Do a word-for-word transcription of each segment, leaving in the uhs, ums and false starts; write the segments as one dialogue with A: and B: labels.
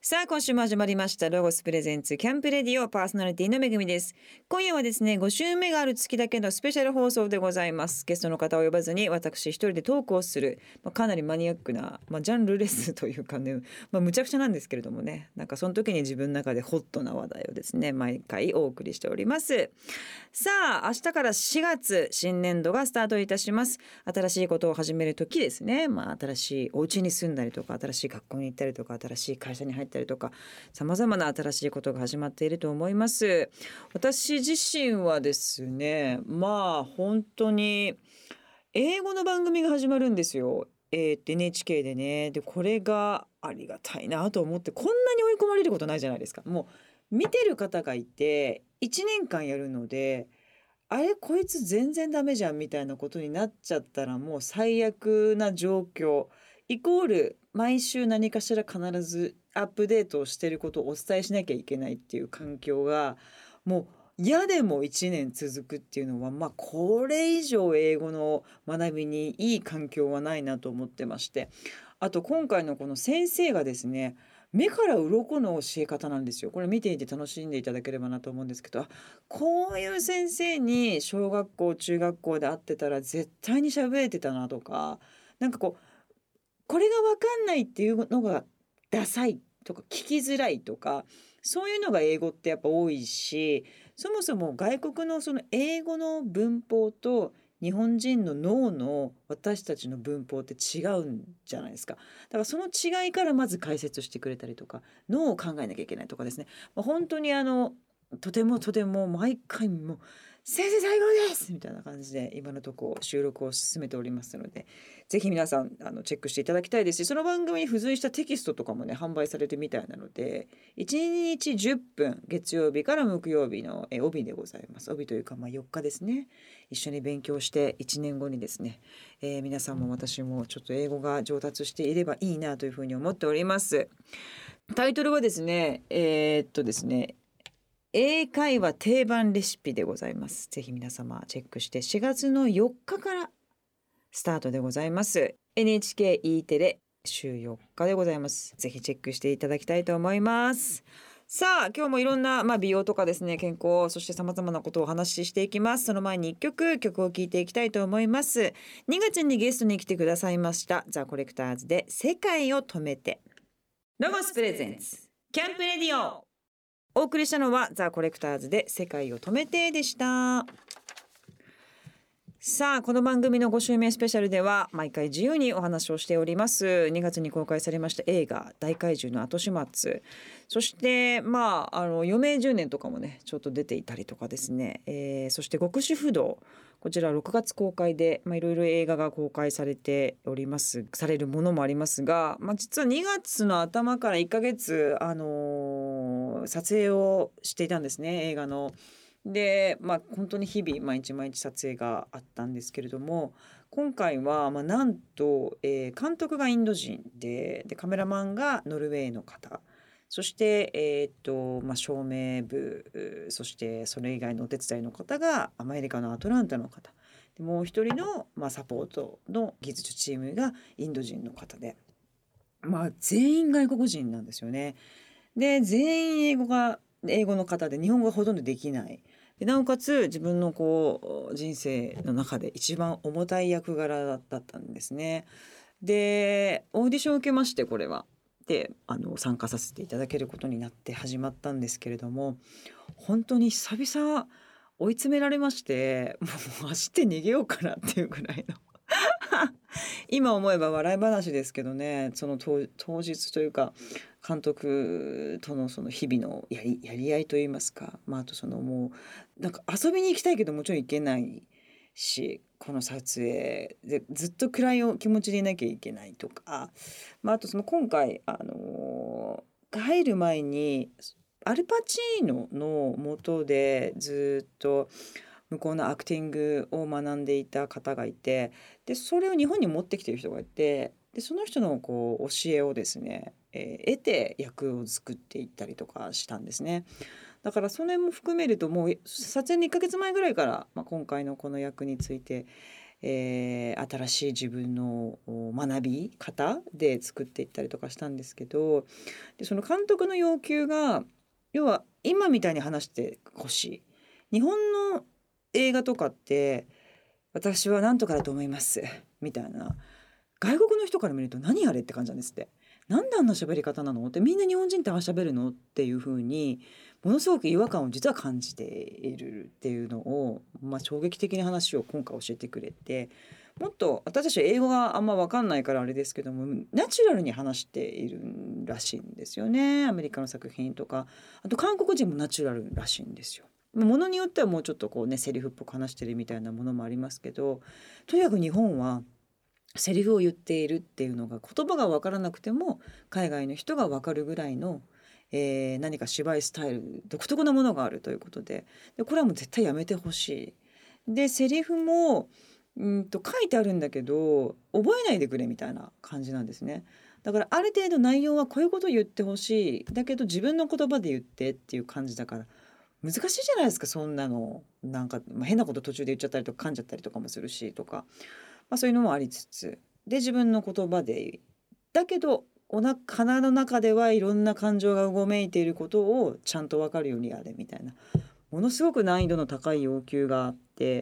A: さあ今週も始まりましたロゴスプレゼンツキャンプレディオ、パーソナリティのめぐみです。今夜はですねご週目がある月だけのスペシャル放送でございます。ゲストの方を呼ばずに私一人でトークをする、まあ、かなりマニアックな、まあ、ジャンルレスというかね、まあ、むちゃくちゃなんですけれどもね、なんかその時に自分の中でホットな話題をですね毎回お送りしております。さあ明日からしがつ新年度がスタートいたします。新しいことを始める時ですね、まあ、新しいお家に住んだりとか、新しい学校に行ったりとか、新しい会社に入ったりとか、さまざまな新しいことが始まっていると思います。私自身はですね、まあ本当に英語の番組が始まるんですよ。えー、エヌエイチケー でね。でこれがありがたいなと思って、こんなに追い込まれることないじゃないですか。もう見てる方がいていちねんかんやるので、あれこいつ全然ダメじゃんみたいなことになっちゃったらもう最悪な状況、イコール毎週何かしら必ずアップデートをしていることをお伝えしなきゃいけないっていう環境がもう嫌でもいちねん続くっていうのは、まあこれ以上英語の学びにいい環境はないなと思ってまして、あと今回のこの先生がですね、目から鱗の教え方なんですよ。これ見ていて楽しんでいただければなと思うんですけど、あこういう先生に小学校中学校で会ってたら絶対に喋れてたなとか、なんかこうこれが分かんないっていうのがダサいとか聞きづらいとか、そういうのが英語ってやっぱ多いし、そもそも外国のその英語の文法と日本人の脳の私たちの文法って違うんじゃないですか。だからその違いからまず解説してくれたりとか、脳を考えなきゃいけないとかですね、まあ本当にあのとてもとても毎回もう先生最高ですみたいな感じで今のところ収録を進めておりますので、ぜひ皆さんあのチェックしていただきたいですし、その番組に付随したテキストとかもね販売されてみたいなので、いちにちじゅっぷん、月曜日から木曜日のえ帯でございます。帯というかまあよっかですね。一緒に勉強していちねんごにですね、えー皆さんも私もちょっと英語が上達していればいいなというふうに思っております。タイトルはですね、えーっとですね英会話定番レシピでございます。ぜひ皆様チェックして、しがつのよっかからスタートでございます。 エヌエイチケー E テレ週よっかでございます。ぜひチェックしていただきたいと思います。さあ今日もいろんな、まあ、美容とかですね、健康、そしてさまざまなことをお話ししていきます。その前にいっきょく曲を聴いていきたいと思います。にがつにゲストに来てくださいましたザ・コレクターズで世界を止めて。ロゴスプレゼンツキャンプレディオ、お送りしたのはザ・コレクターズで世界を止めてでした。さあこの番組のご週目スペシャルでは毎回自由にお話をしております。にがつに公開されました映画大怪獣の後始末、そしてまああの余命じゅうねんとかもねちょっと出ていたりとかですね、えー、そして極主不動、こちらろくがつ公開でいろいろ映画が公開されておりますされるものもありますが、まあ、実はにがつの頭からいっかげつ、あのー撮影をしていたんですね、映画の。でまあ本当に日々毎日毎日撮影があったんですけれども、今回はまあなんと、えー監督がインド人で、でカメラマンがノルウェーの方、そして、えーっとまあ、照明部、うそしてそれ以外のお手伝いの方がアメリカのアトランタの方で、もう一人の、まあ、サポートの技術チームがインド人の方で、まあ、全員外国人なんですよね。で全員英語が英語の方で日本語がほとんどできない。でなおかつ自分のこう人生の中で一番重たい役柄だったんですね。でオーディションを受けまして、これはであの参加させていただけることになって始まったんですけれども、本当に久々追い詰められまして、もう走って逃げようかなっていうぐらいの今思えば笑い話ですけどね、その当、当日というか監督とのその日々のやり、やり合いといいますか、まあ、あとそのもうなんか遊びに行きたいけどもちろん行けないし、この撮影でずっと暗い気持ちでいなきゃいけないとか、まあ、あとその今回、あのー入る前にアルパチーノの元でずっと向こうのアクティングを学んでいた方がいて、でそれを日本に持ってきてる人がいて、でその人のこう教えをですね、えー得て役を作っていったりとかしたんですね。だからそれも含めるともう撮影のいっかげつまえぐらいから、まあ、今回のこの役についてえー新しい自分のお学び方で作っていったりとかしたんですけど、でその監督の要求が要は今みたいに話してほしい。日本の映画とかって私は何とかだと思いますみたいな、外国の人から見ると何あれって感じなんですって。なんであんな喋り方なのって、みんな日本人ってああ喋るのっていう風にものすごく違和感を実は感じているっていうのを、まあ、衝撃的な話を今回教えてくれて、もっと私たち英語があんま分かんないからあれですけども、ナチュラルに話しているらしいんですよね、アメリカの作品とか。あと韓国人もナチュラルらしいんですよ。ものによってはもうちょっとこうねセリフっぽく話してるみたいなものもありますけど、とにかく日本はセリフを言っているっていうのが、言葉が分からなくても海外の人が分かるぐらいの、えー何か芝居スタイル独特なものがあるということで、でこれはもう絶対やめてほしい。でセリフもうんと書いてあるんだけど覚えないでくれみたいな感じなんですね。だからある程度内容はこういうことを言ってほしい、だけど自分の言葉で言ってっていう感じだから、難しいじゃないですかそんなの。なんか、まあ変なこと途中で言っちゃったりとか噛んじゃったりとかもするしとか、まあ、そういうのもありつつで、自分の言葉でだけどおな鼻の中ではいろんな感情がうごめいていることをちゃんと分かるようにやれみたいな、ものすごく難易度の高い要求があって、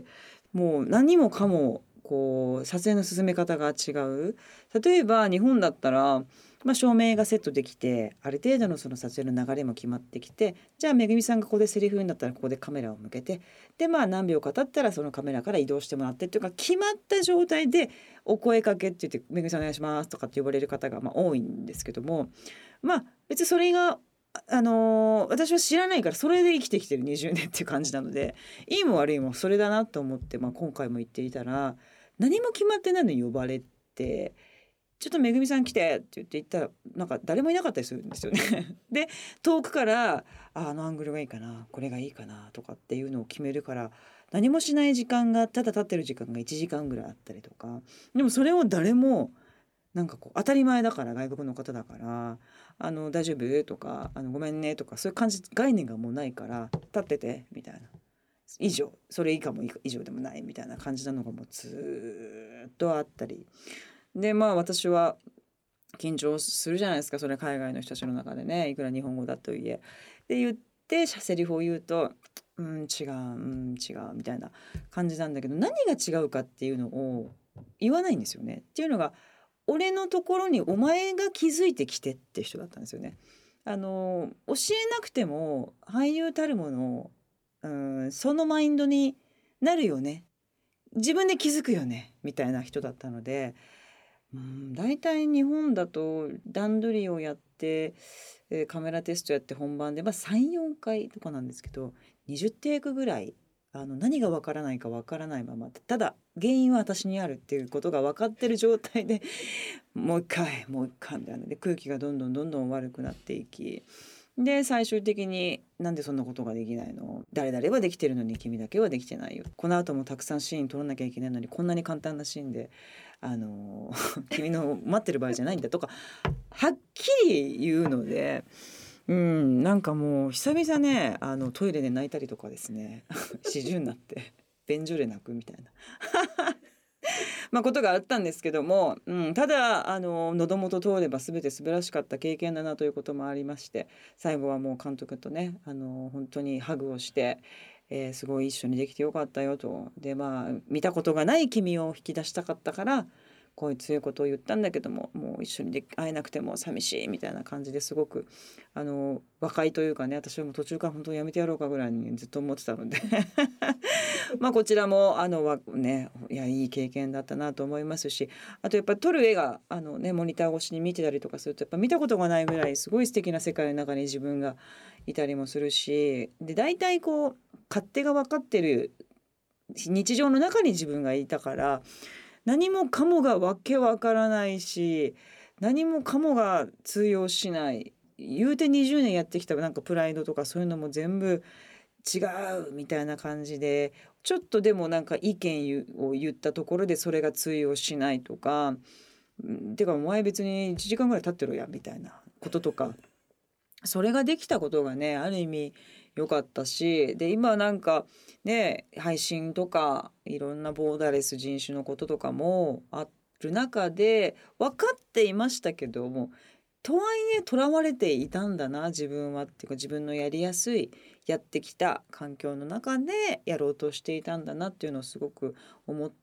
A: もう何もかもこう撮影の進め方が違う。例えば日本だったら、まあ、照明がセットできてある程度のその撮影の流れも決まってきて、じゃあめぐみさんがここでセリフ言うんだったらここでカメラを向けて、でまあ何秒か経ったらそのカメラから移動してもらってっていうか、決まった状態でお声かけって言って「めぐみさんお願いします」とかって呼ばれる方がまあ多いんですけども、まあ別にそれがあのー私は知らないから、それで生きてきてるにじゅうねんっていう感じなので、いいも悪いもそれだなと思って、まあ、今回も言っていたら、何も決まってないのに呼ばれて「ちょっとめぐみさん来て」って言って行ったらなんか誰もいなかったりするんですよね。で遠くからああのアングルがいいかな、これがいいかなとかっていうのを決めるから、何もしない時間がただ立ってる時間がいちじかんぐらいあったりとか。でもそれを誰もなんかこう当たり前だから、外国の方だから「あの大丈夫?」とか「あのごめんね」とか、そういう感じ概念がもうないから「立ってて」みたいな、以上、それ以下も以上でもないみたいな感じなのがもうずっとあったりで、まあ私は緊張するじゃないですか、それ海外の人たちの中でね、いくら日本語だといえ。で言ってセリフを言うと「うん違ううん違う」みたいな感じなんだけど、何が違うかっていうのを言わないんですよね。っていうのが、俺のところにお前が気づいてきてって人だったんですよね。あの教えなくても俳優たるもの、うん、そのマインドになるよね、自分で気づくよねみたいな人だったので、うん、大体日本だと段取りをやって、えーカメラテストやって本番で、まあ、さん、よんかいとかなんですけど、にじゅうテイクぐらいあの何がわからないかわからないまま、ただ原因は私にあるっていうことが分かってる状態でもう一回もう一回みたいなで、空気がどんどんどんどん悪くなっていき、で最終的に「なんでそんなことができないの、誰々はできてるのに君だけはできてないよ、この後もたくさんシーン撮らなきゃいけないのにこんなに簡単なシーンであの君の待ってる場合じゃないんだ」とかはっきり言うので、うん、なんかもう久々ね、あのトイレで泣いたりとかですね四十になって便所で泣くみたいなまあことがあったんですけども、うん、ただあの喉元通れば全て素晴らしかった経験だなということもありまして、最後はもう監督とね、あの本当にハグをして、えーすごい一緒にできてよかったよと。でまあ見たことがない君を引き出したかったからこういう強いことを言ったんだけども、もう一緒にで会えなくても寂しいみたいな感じですごくあの和解というかね、私はもう途中から本当にやめてやろうかぐらいにずっと思ってたのでまあこちらもあのわね、いやいい経験だったなと思いますし、あとやっぱ撮る絵があのねモニター越しに見てたりとかすると、やっぱ見たことがないぐらいすごい素敵な世界の中に自分がいたりもするし、で大体こう勝手が分かってる日常の中に自分がいたから、何もかもがわけわからないし、何もかもが通用しない、言うてにじゅうねんやってきたなんかプライドとかそういうのも全部違うみたいな感じで、ちょっとでもなんか意見を言ったところでそれが通用しないとか、うんてかお前別にいちじかんぐらい経ってろやみたいなこととかそれができたことがねある意味良かったし、で今なんかね配信とかいろんなボーダーレス人種のこととかもある中で分かっていましたけども、とはいえとらわれていたんだな自分はっていうか、自分のやりやすいやってきた環境の中でやろうとしていたんだなっていうのをすごく思って、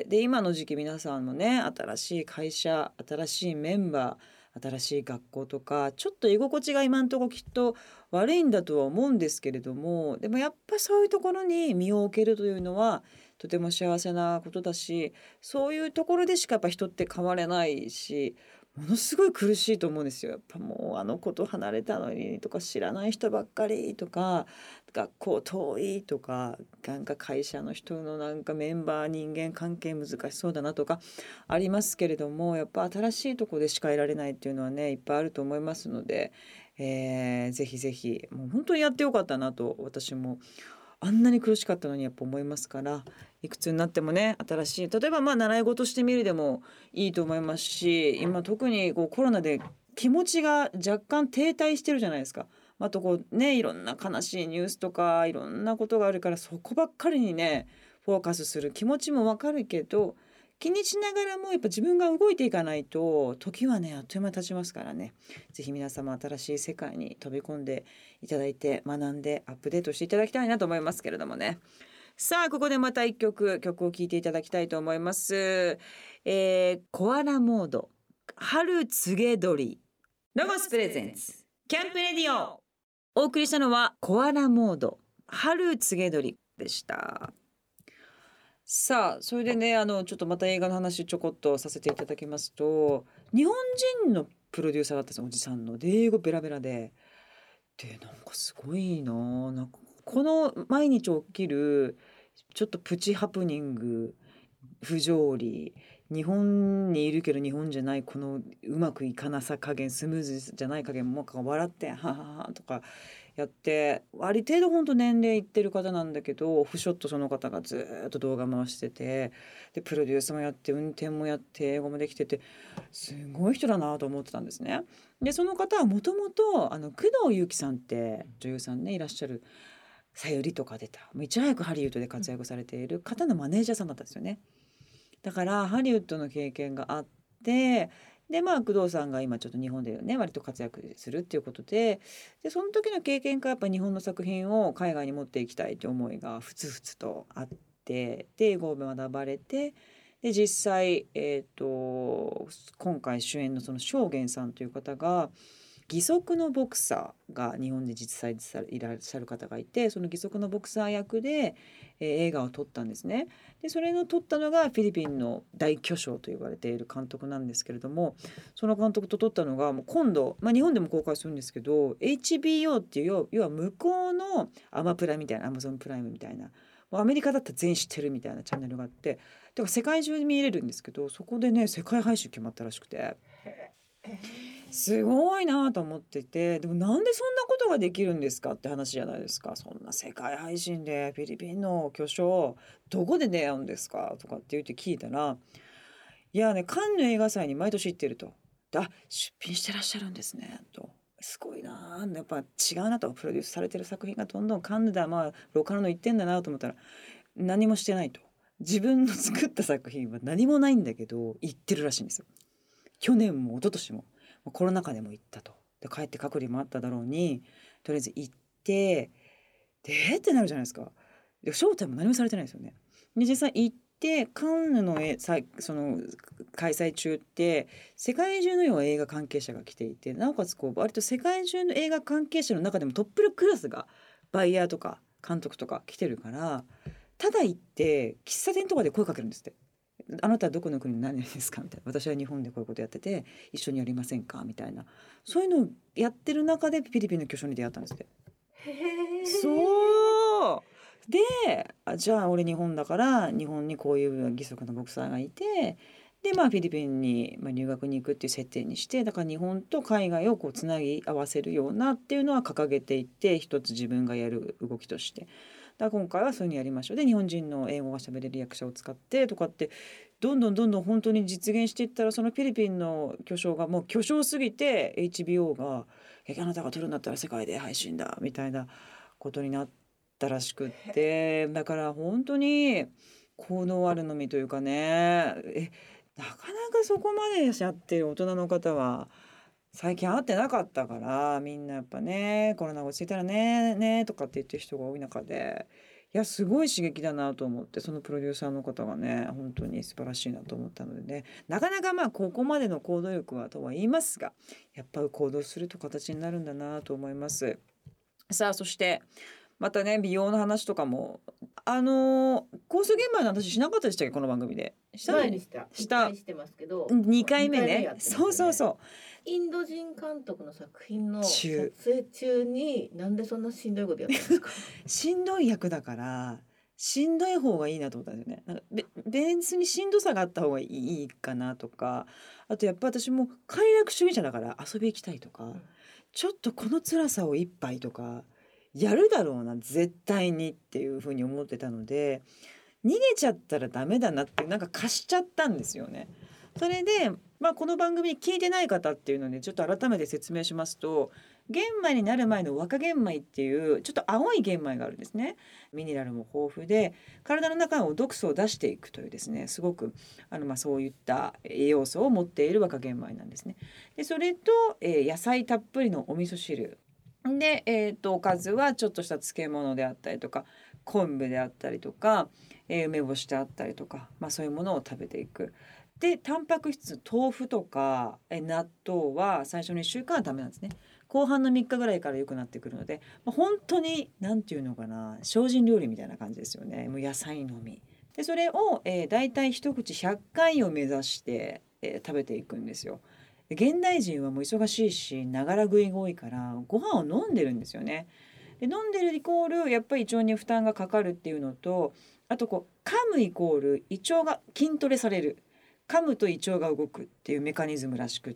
A: で今の時期皆さんもね新しい会社、新しいメンバー、新しい学校とかちょっと居心地が今のところきっと悪いんだとは思うんですけれども、でもやっぱそういうところに身を置けるというのはとても幸せなことだし、そういうところでしかやっぱ人って変われないし、ものすごい苦しいと思うんですよ。やっぱもうあの子と離れたのにとか、知らない人ばっかりとか、学校遠いとか、なんか会社の人のなんかメンバー人間関係難しそうだなとかありますけれども、やっぱ新しいとこでしか得られないっていうのはねいっぱいあると思いますので、えーぜひぜひもう本当にやってよかったなと私もあんなに苦しかったのにやっぱ思いますから、いくつになってもね新しい例えばまあ習い事してみるでもいいと思いますし、今特にこうコロナで気持ちが若干停滞してるじゃないですか。あとこうねいろんな悲しいニュースとかいろんなことがあるから、そこばっかりにねフォーカスする気持ちもわかるけど、気にしながらもやっぱ自分が動いていかないと時はねあっという間に経ちますからね。ぜひ皆様新しい世界に飛び込んでいただいて、学んでアップデートしていただきたいなと思いますけれどもね。さあここでまた一曲曲を聴いていただきたいと思います。えー、コアラモード春告げ鳥ロゴスプレゼンツキャンプレディオ。お送りしたのはコアラモード春告げ鳥でした。さあそれでねあのちょっとまた映画の話ちょこっとさせていただきますと、日本人のプロデューサーだったんですよ、おじさんの。で英語ベラベラで、でなんかすごいなあ、なんかこの毎日起きるちょっとプチハプニング、不条理、日本にいるけど日本じゃないこのうまくいかなさ加減、スムーズじゃない加減もう笑ってはははとかやって、ある程度本当年齢いってる方なんだけど、オフショットその方がずーっと動画回してて、でプロデュースもやって運転もやって英語もできてて、すごい人だなと思ってたんですね。でその方はもともとあの工藤夕貴さんって女優さんねいらっしゃる、さゆりとか出たもういち早くハリウッドで活躍されている方のマネージャーさんだったんですよね。だからハリウッドの経験があって、でまあ工藤さんが今ちょっと日本でね割と活躍するっていうことで、でその時の経験からやっぱ日本の作品を海外に持っていきたいという思いがふつふつとあって、で英語を学ばれて、で実際、えー、と今回主演のその正元さんという方が義足のボクサーが日本で実際いらっしゃる方がいて、その義足のボクサー役で、えー映画を撮ったんですね。でそれの撮ったのがフィリピンの大巨匠と言われている監督なんですけれども、その監督と撮ったのがもう今度、まあ、日本でも公開するんですけど エイチビーオー っていう要要は向こうのアマプラみたいな、アマゾンプライムみたいな、もうアメリカだったら全員知ってるみたいなチャンネルがあって、だから世界中に見れるんですけど、そこでね世界配信決まったらしくて、すごいなと思ってて、でもなんでそんなことができるんですかって話じゃないですか。そんな世界配信でフィリピンの巨匠どこで出会うんですかとかって言って聞いたら、いやねカンヌ映画祭に毎年行ってると。であ出品してらっしゃるんですねと。すごいなあ、やっぱ違うなと、プロデュースされてる作品がどんどんカンヌではまあローカルの行ってんだなと思ったら何もしてないと。自分の作った作品は何もないんだけど行ってるらしいんですよ。去年も一昨年もコロナ禍でも行ったと。で帰って隔離もあっただろうにとりあえず行って、でってなるじゃないですか。で招待も何もされてないですよね。で実際行ってカンヌのえさその開催中って世界中の要は映画関係者が来ていて、なおかつこう割と世界中の映画関係者の中でもトップクラスがバイヤーとか監督とか来てるから、ただ行って喫茶店とかで声かけるんですって。あなたはどこの国の何々ですかみたいな、私は日本でこういうことやってて一緒にやりませんかみたいな、そういうのをやってる中でフィリピンの巨匠に出会ったんですって。
B: へえ。
A: そうで、あじゃあ俺日本だから日本にこういう義足のボクサーがいて、でまあフィリピンに、まあ、留学に行くっていう設定にして、だから日本と海外をこうつなぎ合わせるようなっていうのは掲げていって、一つ自分がやる動きとして、だから今回はそういうのやりましょう、で日本人の英語が喋れる役者を使ってとかってどんどんどんどん本当に実現していったら、そのフィリピンの巨匠がもう巨匠すぎて エイチビーオー がえあなたが撮るんだったら世界で配信だみたいなことになったらしくって、だから本当に行動あるのみというかね、えなかなかそこまでやってる大人の方は最近会ってなかったから、みんなやっぱねコロナが落ち着いたらねねとかって言ってる人が多い中で、いやすごい刺激だなと思って、そのプロデューサーの方がね本当に素晴らしいなと思ったのでね、なかなかまあここまでの行動力はとは言いますが、やっぱり行動すると形になるんだなと思います。さあそしてまたね美容の話とかも、あのー、酵素玄米の話しなかったでしたっけ、この番組で。した
B: 前にした
A: した
B: いっかいしてますけど、
A: にかいめ
B: にかいめ
A: ね
B: やってますよね。
A: そうそうそう
B: インド人監督の作品の撮
A: 中
B: 影中になんでそんなしんどいことやったんですか？
A: しんどい役だからしんどい方がいいなと思ったんですよね。なんかべ別にしんどさがあった方がいいかなとか、あとやっぱ私も快楽主義者だから遊び行きたいとか、
B: ん
A: ちょっとこの辛さを一杯とかやるだろうな絶対にっていうふうに思ってたので、逃げちゃったらダメだなってなんか貸しちゃったんですよね。それで、まあ、この番組聞いてない方っていうのでちょっと改めて説明しますと、玄米になる前の若玄米っていうちょっと青い玄米があるんですね。ミネラルも豊富で体の中の毒素を出していくというですね、すごくあのまあそういった栄養素を持っている若玄米なんですね。でそれと、えー野菜たっぷりのお味噌汁で、えー、とおかずはちょっとした漬物であったりとか昆布であったりとか、えー梅干しであったりとか、まあ、そういうものを食べていく。でタンパク質豆腐とかえー納豆は最初のいっしゅうかんはダメなんですね。後半のみっかぐらいから良くなってくるので、まあ、本当に何て言うのかな、精進料理みたいな感じですよね。もう野菜のみでそれを、えー、だいたい一口ひゃっかいを目指して、えー食べていくんですよ。で現代人はもう忙しいしながら食いが多いからご飯を飲んでるんですよね。で飲んでるイコールやっぱり胃腸に負担がかかるっていうのと、あとこう噛むイコール胃腸が筋トレされる、噛むと胃腸が動くっていうメカニズムらしくって、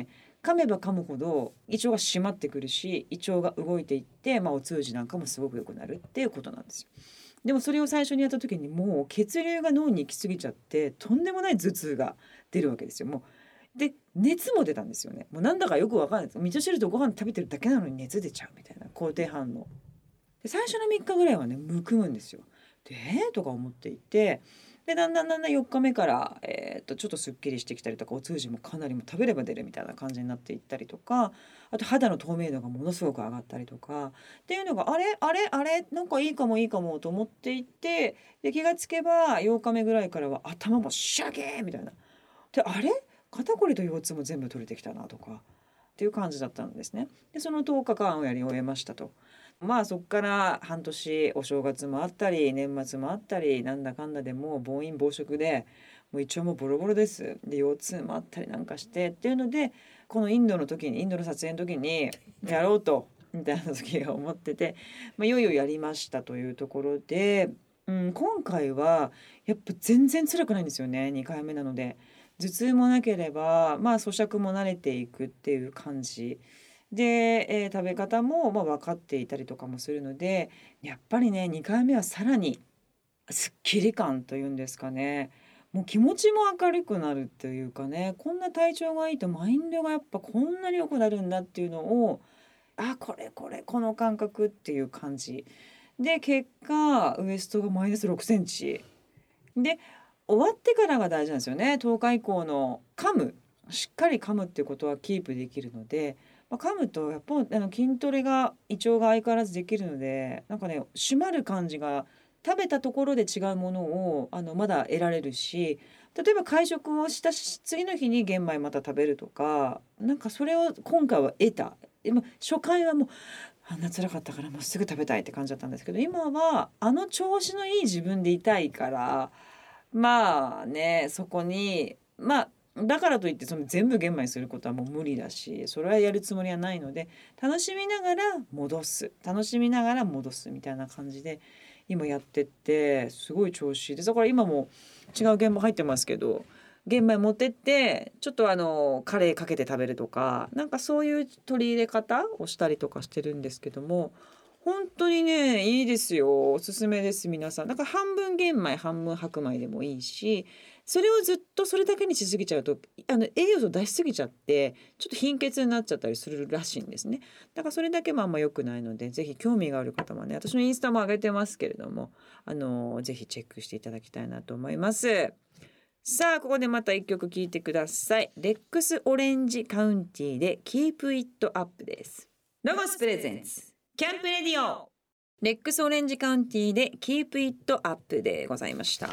A: 噛めば噛むほど胃腸が締まってくるし胃腸が動いていって、まあ、お通じなんかもすごく良くなるっていうことなんですよ。でもそれを最初にやった時にもう血流が脳に行き過ぎちゃってとんでもない頭痛が出るわけですよ。もうで熱も出たんですよね。もうなんだかよくわかんないです。味噌汁とご飯食べてるだけなのに熱出ちゃうみたいな肯定反応で、最初のみっかぐらいはねむくむんですよ。でえー、とか思っていて、でだんだんだんだんよっかめから、えー、とちょっとすっきりしてきたりとか、お通じもかなりも食べれば出るみたいな感じになっていったりとか、あと肌の透明度がものすごく上がったりとかっていうのが、あれあれあれなんかいいかもいいかもと思っていて、で気がつけばようかめぐらいからは頭もシャゲーみたいな、であれ肩こりと腰痛も全部取れてきたなとかっていう感じだったんですね。でそのとおかかんをやり終えましたと。まあそこから半年お正月もあったり年末もあったりなんだかんだでもう暴飲暴食でもう胃腸もボロボロです。で腰痛もあったりなんかしてっていうので、このインドの時にインドの撮影の時にやろうとみたいな時が思ってて、まあ、いよいよやりましたというところで、うん、今回はやっぱ全然辛くないんですよね。にかいめなので頭痛もなければ、まあ、咀嚼も慣れていくっていう感じで、えー食べ方もまあ分かっていたりとかもするので、やっぱりねにかいめはさらにすっきり感というんですかね、もう気持ちも明るくなるというかね、こんな体調がいいとマインドがやっぱこんなに良くなるんだっていうのを、あこれこれこの感覚っていう感じで、結果ウエストがマイナスろくセンチで、終わってからが大事なんですよね。とおか以降の噛む、しっかり噛むっていうことはキープできるので、まあ、噛むとやっぱあの筋トレが胃腸が相変わらずできるので、なんかね締まる感じが食べたところで違うものをあのまだ得られるし、例えば会食をしたし次の日に玄米また食べるとか、なんかそれを今回は得た。でも初回はもうあんな辛かったからもうすぐ食べたいって感じだったんですけど、今はあの調子のいい自分でいたいから、まあねそこにまあだからといってその全部玄米にすることはもう無理だし、それはやるつもりはないので、楽しみながら戻す楽しみながら戻すみたいな感じで今やってってすごい調子いいです。だから今も違う現場入ってますけど、玄米持ってってちょっとあのカレーかけて食べるとか、なんかそういう取り入れ方をしたりとかしてるんですけども、 本当にねいいですよ。おすすめです。皆さんだから半分玄米半分白米でもいいし、それをずっとそれだけにしすぎちゃうとあの栄養素出しすぎちゃってちょっと貧血になっちゃったりするらしいんですね。だからそれだけもあんま良くないので、ぜひ興味がある方はね、私のインスタも上げてますけれども、あのぜひチェックしていただきたいなと思います。さあここでまた一曲聴いてください。レックスオレンジカウンティで Keep It Up です。ロゴスプレゼンツキャンプレディオ、レックスオレンジカウンティで Keep It Up でございました。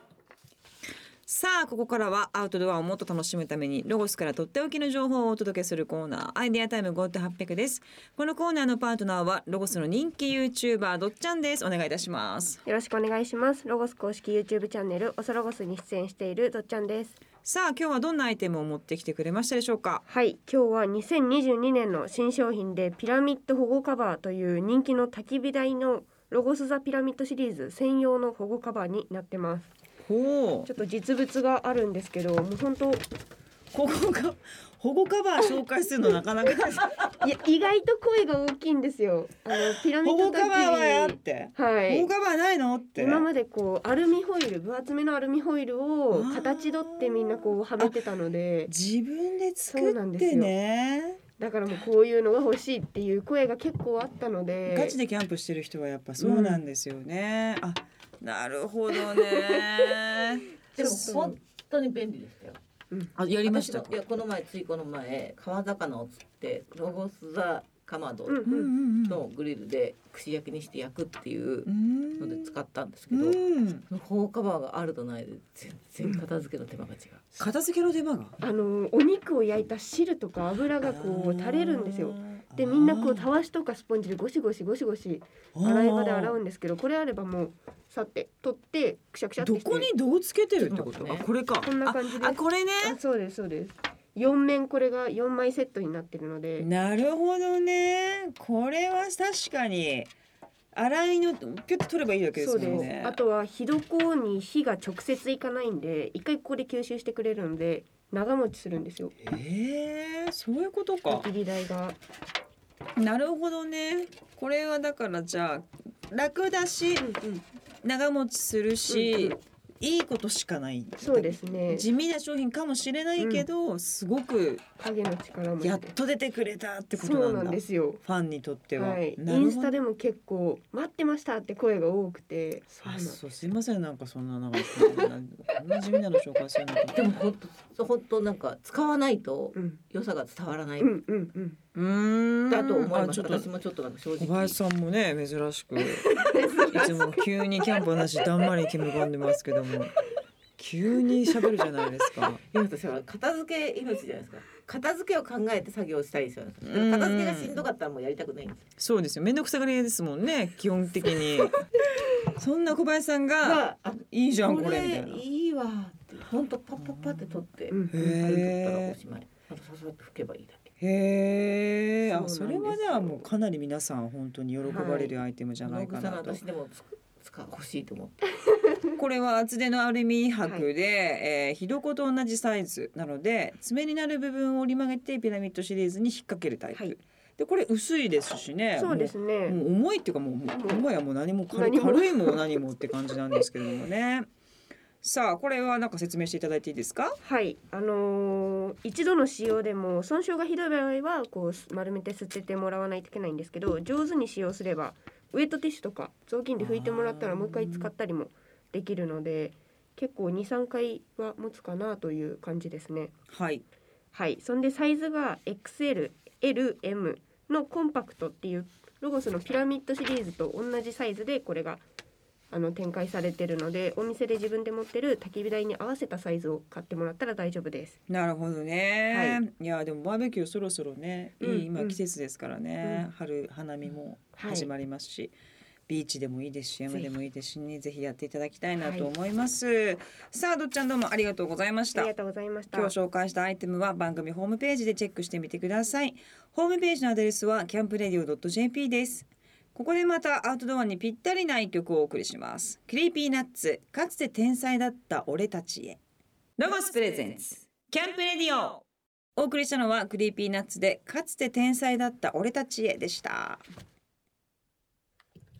A: さあここからはアウトドアをもっと楽しむためにロゴスからとっておきの情報をお届けするコーナー、アイデアタイム ゴートはっぴゃく です。このコーナーのパートナーはロゴスの人気 YouTuber どっちゃんです。お願いいたします。
C: よろしくお願いします。ロゴス公式 YouTube チャンネルおそロゴスに出演しているどっちゃんです。
A: さあ今日はどんなアイテムを持ってきてくれましたでしょうか。
C: はい、今日はにせんにじゅうにねんの新商品でピラミッド保護カバーという人気の焚き火台のロゴスザピラミッドシリーズ専用の保護カバーになってます。
A: ほう、
C: ちょっと実物があるんですけど、もう本当
A: 保護カ保護カバー紹介するのなかなか
C: いや意外と声が大きいんですよ。あのピラミ
A: 保
C: ッド焚き火
A: 護カバーはあって
C: はい
A: 保護カバーないのって。
C: 今までこうアルミホイル、分厚めのアルミホイルを形取ってみんなこうはめてたので、
A: 自分で作
C: そうなん
A: って
C: ですよ
A: ね。
C: だからもうこういうのが欲しいっていう声が結構あったので、
A: ガチでキャンプしてる人はやっぱそうなんですよね、うん、あ、なるほどね
B: でも本当に便利でしたよ。
A: あ、やりました。
B: いやこの前ついこの前川魚を釣ってロゴスザかまどのグリルで串焼きにして焼くっていうので使ったんですけど、うん、保護カバーがあるとないで全然片付けの手間が違う。
A: 片付けの手間が
C: あのお肉を焼いた汁とか油がこう垂れるんですよ。でみんなこうたわしとかスポンジでゴシゴシゴシゴシ洗い場で洗うんですけど、これあればもうさって取ってくしゃくしゃってして。
A: どこにどうつけてるってこと？ね、あ、これか。
C: こんな感じです。
A: あ、これね。
C: あ、そうですそうです。よん面これがよんまいセットになってるので。
A: なるほどね。これは確かに洗いのピュッと取ればいいだけですもんね。
C: あとは火床に火が直接いかないんで、一回ここで吸収してくれるので長持ちするんですよ。
A: へえ、そういうことか。
C: 焚き火台が。
A: なるほどね。これはだからじゃあ楽だし、うんうん、長持ちするし、うんうん、いいことしかない。
C: そうですね。
A: 地味な商品かもしれないけど、うん、すごく
C: 影の力も
A: やっと出てくれたってことなんだ。
C: そうなんですよ。
A: ファンにとっては、
C: はい、インスタでも結構待ってましたって声が多くて。
A: あ、そう、すいません、なんかそんななんかこんな地味なの紹介するのか。
B: でも本当本当なんか使わないと良さが伝わらない。
C: うんうんうん。
A: うーん
B: だと思います。私もちょっとなんか正直。
A: 小林さんもね珍しくいつも急にキャンプの話だんまり決め込んでますけども。急に喋るじゃないですか。
B: いや私は片付け命じゃないですか。片付けを考えて作業したいですよね。片付けがしんどかったらもうやりたくないんです。
A: そうですよ。めんどくさがりですもんね。基本的に。そんな小林さんがいいじゃんこれみたいな。
B: いいわって本当パッパッパって取って、うん、
A: へえ。
B: おしまい。あとささっと拭けばいいだけ。
A: へえ。あ、それはではもうかなり皆さん本当に喜ばれるアイテムじゃないかなと。
B: 私でも使欲しいと思って。
A: これは厚手のアルミ箔で、はい、えー、火床と同じサイズなので爪になる部分を折り曲げてピラミッドシリーズに引っ掛けるタイプ、はい、でこれ薄いですしね。
C: そうですね。
A: もう、もう重いっていうかもうもやもう何も軽い軽いも何もって感じなんですけれどもね。さあこれは何か説明していただいていいですか。
C: はい、あのー、一度の使用でも損傷がひどい場合はこう丸めて捨ててもらわないといけないんですけど、上手に使用すればウエットティッシュとか雑巾で拭いてもらったらもう一回使ったりもできるので結構 にさんかいは持つかなという感じですね。
A: はい
C: はい。そんでサイズが エックスエル、エル、エム のコンパクトっていうロゴスのピラミッドシリーズと同じサイズでこれがあの展開されているので、お店で自分で持ってる焚き火台に合わせたサイズを買ってもらったら大丈夫です。
A: なるほどね、はい、いやでもバーベキューそろそろね、うん、いい今季節ですからね、うん、春花見も始まりますし、はい、ビーチでもいいですし山でもいいですし、ね、ぜひやっていただきたいなと思います、はい、さあどっちゃんどうもありがとうございました。
C: ありがとうございました。
A: 今日紹介したアイテムは番組ホームページでチェックしてみてください。ホームページのアドレスは キャンプレディオ ドット ジェーピー です。ここでまたアウトドアにぴったりな一曲をお送りします。クリーピーナッツ、かつて天才だった俺たちへ。ロゴスプレゼンツキャンプレディオ、お送りしたのはクリーピーナッツでかつて天才だった俺たちへでした。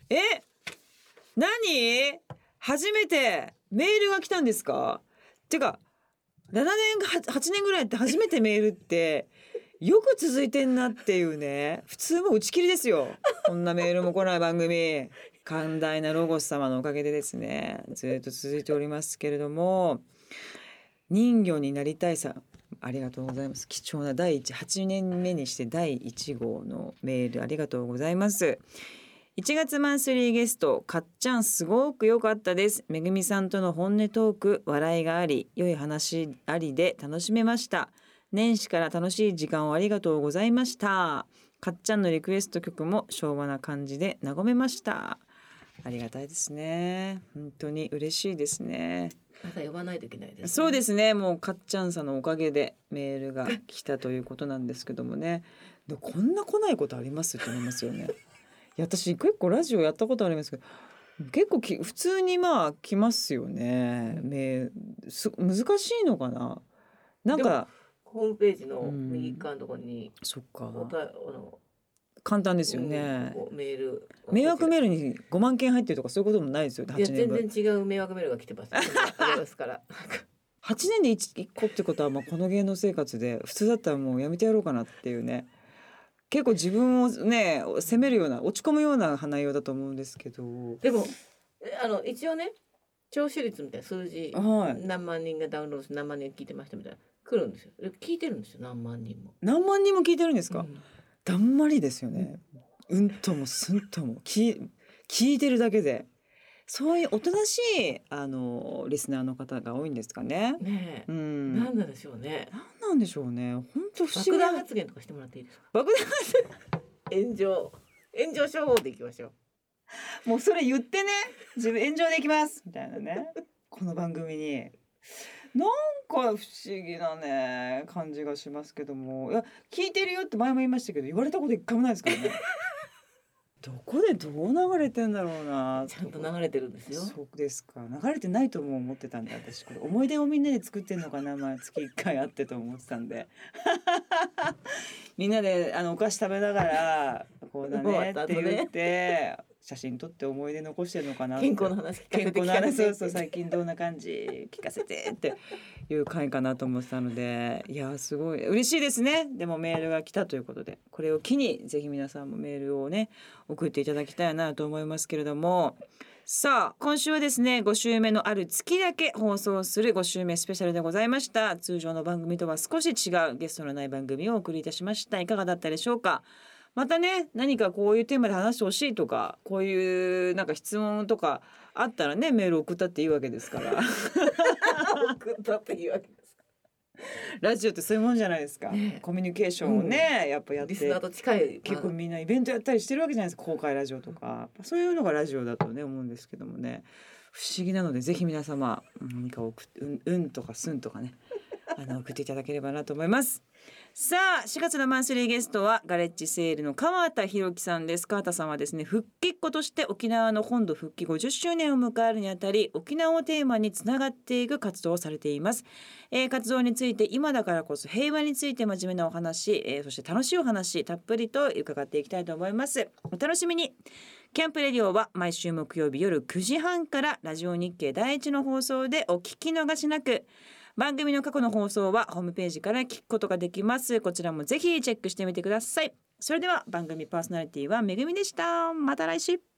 A: え何初めてメールが来たんですか？てかななねんはちねんぐらいって初めてメールってよく続いてんなっていうね。普通も打ち切りですよ。こんなメールも来ない番組。寛大なロゴス様のおかげでですねずっと続いておりますけれども、人魚になりたいさんありがとうございます。貴重な第一はちねんめにしてだいいち号のメールありがとうございます。いちがつマンスリーゲストかっちゃんすごく良かったです。めぐみさんとの本音トーク、笑いがあり良い話ありで楽しめました。年始から楽しい時間をありがとうございました。かっちゃんのリクエスト曲も昭和な感じで和めました。ありがたいですね。本当に嬉しいですね。
B: また呼ばないといけないですね。
A: そうですね。もうかっちゃんさんのおかげでメールが来たということなんですけどもね。でこんな来ないことありますって思いますよね。いや私結構ラジオやったことありますけど結構き普通にまあ来ますよね。メす難しいのかな。なんか
B: ホームページの右側のところに、
A: うん、そっか
B: おたあの
A: 簡単ですよね、
B: うん、メール
A: 迷惑メールにごまんけん入ってるとかそういうこともないですよね。
B: いや全然違う迷惑メールが来てます。ありますから
A: はちねんで 1, いっこってことはまあこの芸能生活で普通だったらもうやめてやろうかなっていうね。結構自分をね責めるような落ち込むような内容だと思うんですけど、
B: でもあの一応ね聴取率みたいな数字、はい、何万人がダウンロードして何万人聞いてましたみたいな来るんですよ。聞いてるんですよ。何万人も
A: 何万人も聞いてるんですか、うん、だんまりですよね。うんともすんとも聞聞いてるだけでそういうおとなしいあのリスナーの方が多いんですかね。
B: ねえ、うん、何なんでしょうね。
A: 何なんでしょうね。本当不思議。
B: 爆弾発言とかしてもらっていいですか。
A: 爆弾発
B: 言炎上炎上商法でいきましょ
A: う。もうそれ言ってね。自分炎上でいきますみたいなね。この番組になんか不思議なね感じがしますけども、いや聞いてるよって前も言いましたけど言われたこと一回もないですからね。どこでどう流れてんだろうな。
B: ちゃんと流れてるんですよ。
A: そうですか。流れてないとも思ってたんで私これ思い出をみんなで作ってんのかな。まあ月いっかいあってと思ってたんでみんなであのお菓子食べながらこうだねって言って写真撮って思い出残してるのかな。
B: 健康の話聞かせて
A: 健康の話そうそう最近どんな感じ聞かせてっていう回かなと思ってたので、いやすごい嬉しいですね。でもメールが来たということでこれを機にぜひ皆さんもメールをね送っていただきたいなと思いますけれども、さあ今週はですねご週目のある月だけ放送するご週目スペシャルでございました。通常の番組とは少し違うゲストのない番組をお送りいたしました。いかがだったでしょうか。またね何かこういうテーマで話してほしいとかこういうなんか質問とかあったらねメール送ったっていいわけですから
B: 送ったっていいわけですか。
A: ラジオってそういうもんじゃないですか、ね、コミュニケーションをね、うん、やっぱやって
B: リスナーと近い
A: 結構みんなイベントやったりしてるわけじゃないですか。公開ラジオとかそういうのがラジオだとね思うんですけどもね、不思議なのでぜひ皆様何か送って、うん、うんとかすんとかねあの送っていただければなと思います。さあしがつのマンスリーゲストはガレッジセールの川田博樹さんです。川田さんはですね復帰っ子として沖縄の本土復帰ごじゅっしゅうねんを迎えるにあたり沖縄をテーマにつながっていく活動をされています、えー、活動について今だからこそ平和について真面目なお話、えー、そして楽しいお話たっぷりと伺っていきたいと思います。お楽しみに。キャンプレディオは毎週木曜日夜くじはんからラジオ日経第一の放送でお聞き逃しなく。番組の過去の放送はホームページから聞くことができます。こちらもぜひチェックしてみてください。それでは番組パーソナリティはめぐみでした。また来週。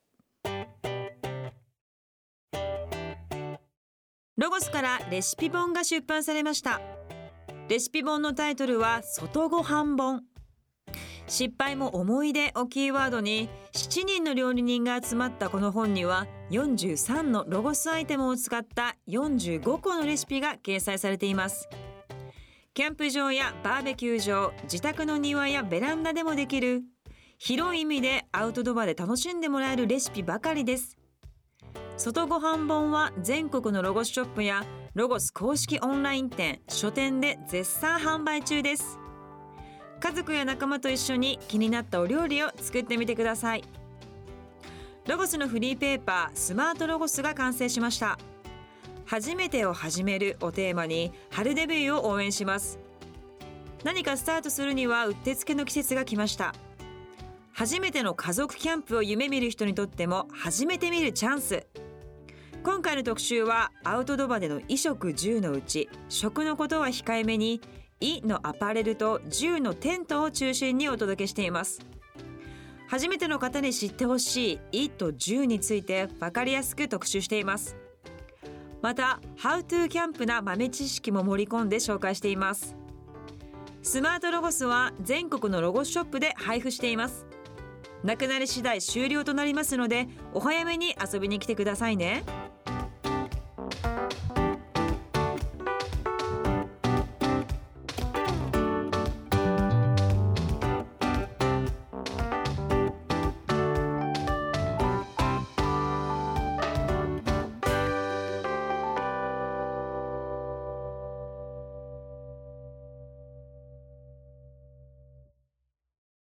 A: ロゴスからレシピ本が出版されました。レシピ本のタイトルは外ごはん本。失敗も思い出をキーワードにしちにんの料理人が集まったこの本にはよんじゅうさんのロゴスアイテムを使ったよんじゅうごこのレシピが掲載されています。キャンプ場やバーベキュー場、自宅の庭やベランダでもできる広い意味でアウトドアで楽しんでもらえるレシピばかりです。外ごはん本は全国のロゴスショップやロゴス公式オンライン店、書店で絶賛販売中です。家族や仲間と一緒に気になったお料理を作ってみてください。ロゴスのフリーペーパースマートロゴスが完成しました。初めてを始めるをテーマに春デビューを応援します。何かスタートするにはうってつけの季節が来ました。 初めての家族キャンプを夢見る人にとっても初めて見るチャンス。今回の特集はアウトドアでの衣食住のうち、食のことは控えめに衣のアパレルと住のテントを中心にお届けしています。初めての方に知ってほしい衣と住について分かりやすく特集しています。また How to キャンプな豆知識も盛り込んで紹介しています。スマートロゴスは全国のロゴスショップで配布しています。なくなり次第終了となりますので、お早めに遊びに来てくださいね。